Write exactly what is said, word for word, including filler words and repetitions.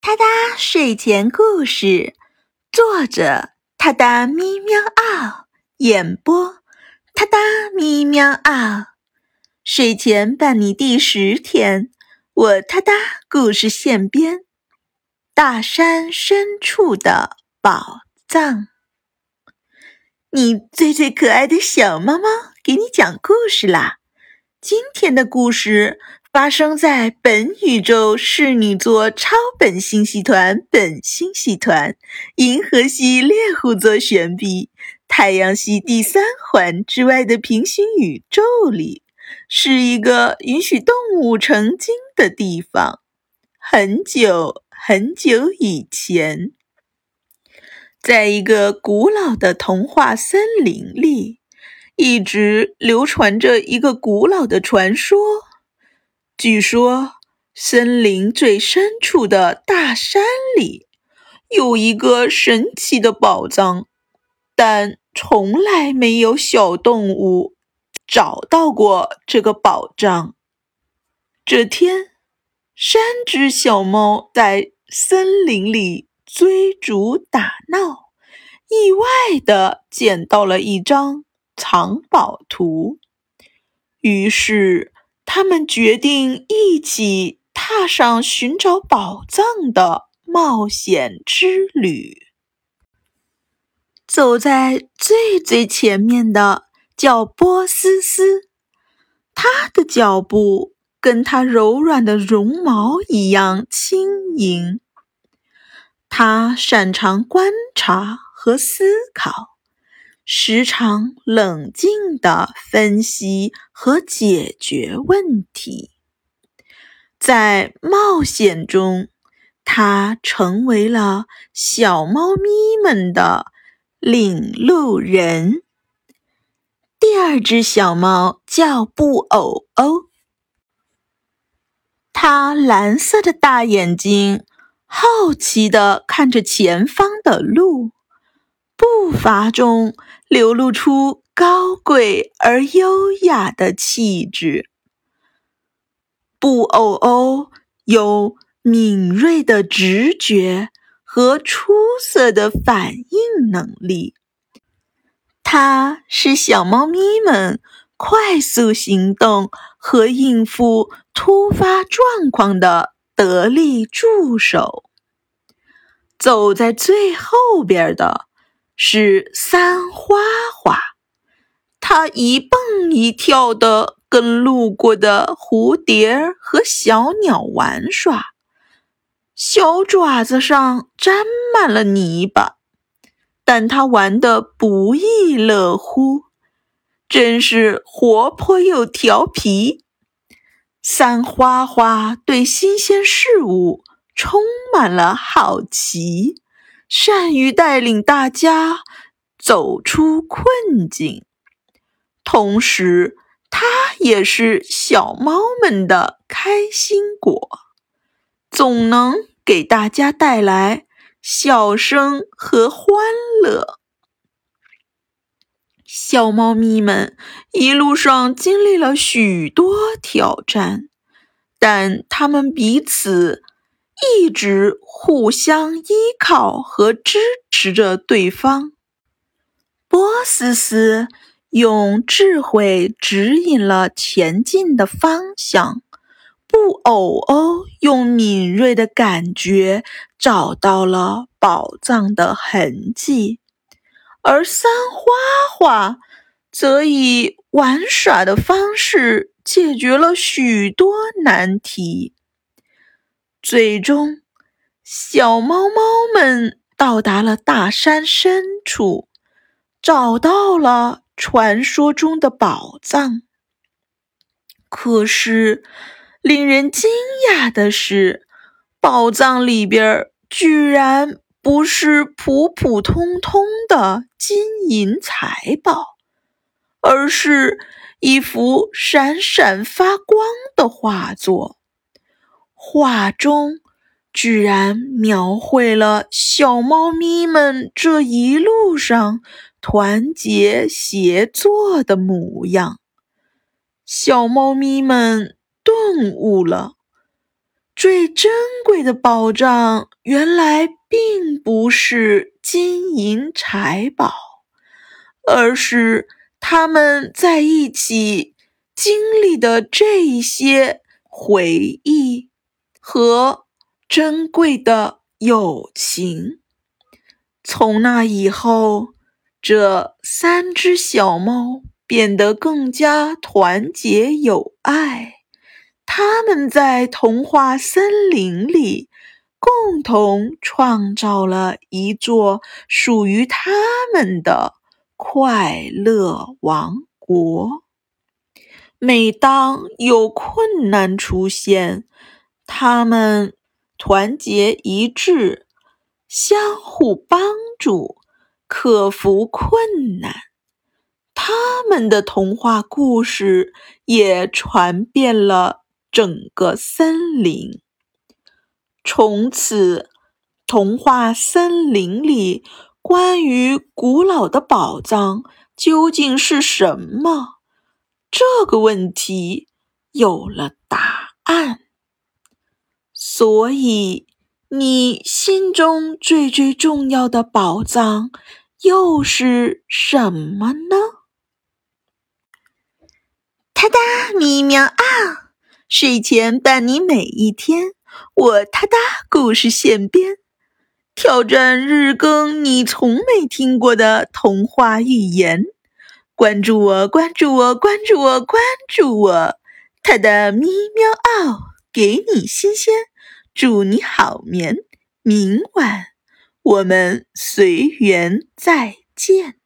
他哒睡前故事，作者他哒咪喵嗷，演播他哒咪喵嗷。睡前伴你第十天，我他哒故事现编。大山深处的宝藏。你最最可爱的小猫猫给你讲故事啦。今天的故事发生在本宇宙侍女座超本星系团本星系团银河系猎户座旋臂太阳系第三环之外的平行宇宙里，是一个允许动物成精的地方。很久很久以前，在一个古老的童话森林里，一直流传着一个古老的传说。据说，森林最深处的大山里，有一个神奇的宝藏，但从来没有小动物找到过这个宝藏。这天，三只小猫在森林里追逐打闹，意外地捡到了一张藏宝图。于是他们决定一起踏上寻找宝藏的冒险之旅。走在最最前面的叫波斯斯，他的脚步跟他柔软的绒毛一样轻盈。他擅长观察和思考，时常冷静地分析和解决问题。在冒险中，他成为了小猫咪们的领路人。第二只小猫叫布偶欧，它蓝色的大眼睛好奇地看着前方的路，步伐中流露出高贵而优雅的气质。布偶欧有敏锐的直觉和出色的反应能力，它是小猫咪们快速行动和应付突发状况的得力助手。走在最后边的是三花花，它一蹦一跳地跟路过的蝴蝶和小鸟玩耍，小爪子上沾满了泥巴，但它玩得不亦乐乎，真是活泼又调皮。三花花对新鲜事物充满了好奇，善于带领大家走出困境。同时，它也是小猫们的开心果，总能给大家带来笑声和欢乐。小猫咪们一路上经历了许多挑战，但它们彼此一直互相依靠和支持着对方。波斯斯用智慧指引了前进的方向，布偶欧用敏锐的感觉找到了宝藏的痕迹，而三花花则以玩耍的方式解决了许多难题。最终，小猫猫们到达了大山深处，找到了传说中的宝藏。可是，令人惊讶的是，宝藏里边居然不是普普通通的金银财宝，而是一幅闪闪发光的画作。画中居然描绘了小猫咪们这一路上团结协作的模样。小猫咪们顿悟了， 最珍贵的宝藏原来并不是金银财宝，而是他们在一起经历的这一些回忆和珍贵的友情。从那以后，这三只小猫变得更加团结友爱。他们在童话森林里共同创造了一座属于他们的快乐王国。每当有困难出现，他们团结一致，相互帮助，克服困难。他们的童话故事也传遍了整个森林。从此，童话森林里关于古老的宝藏究竟是什么？这个问题有了答案。所以，你心中最最重要的宝藏又是什么呢？哒哒咪喵啊！睡前伴你每一天，我哒哒故事现编，挑战日更你从没听过的童话寓言。关注我，关注我，关注我，关注我！哒哒咪喵嗷，给你新鲜，祝你好眠。明晚我们随缘再见。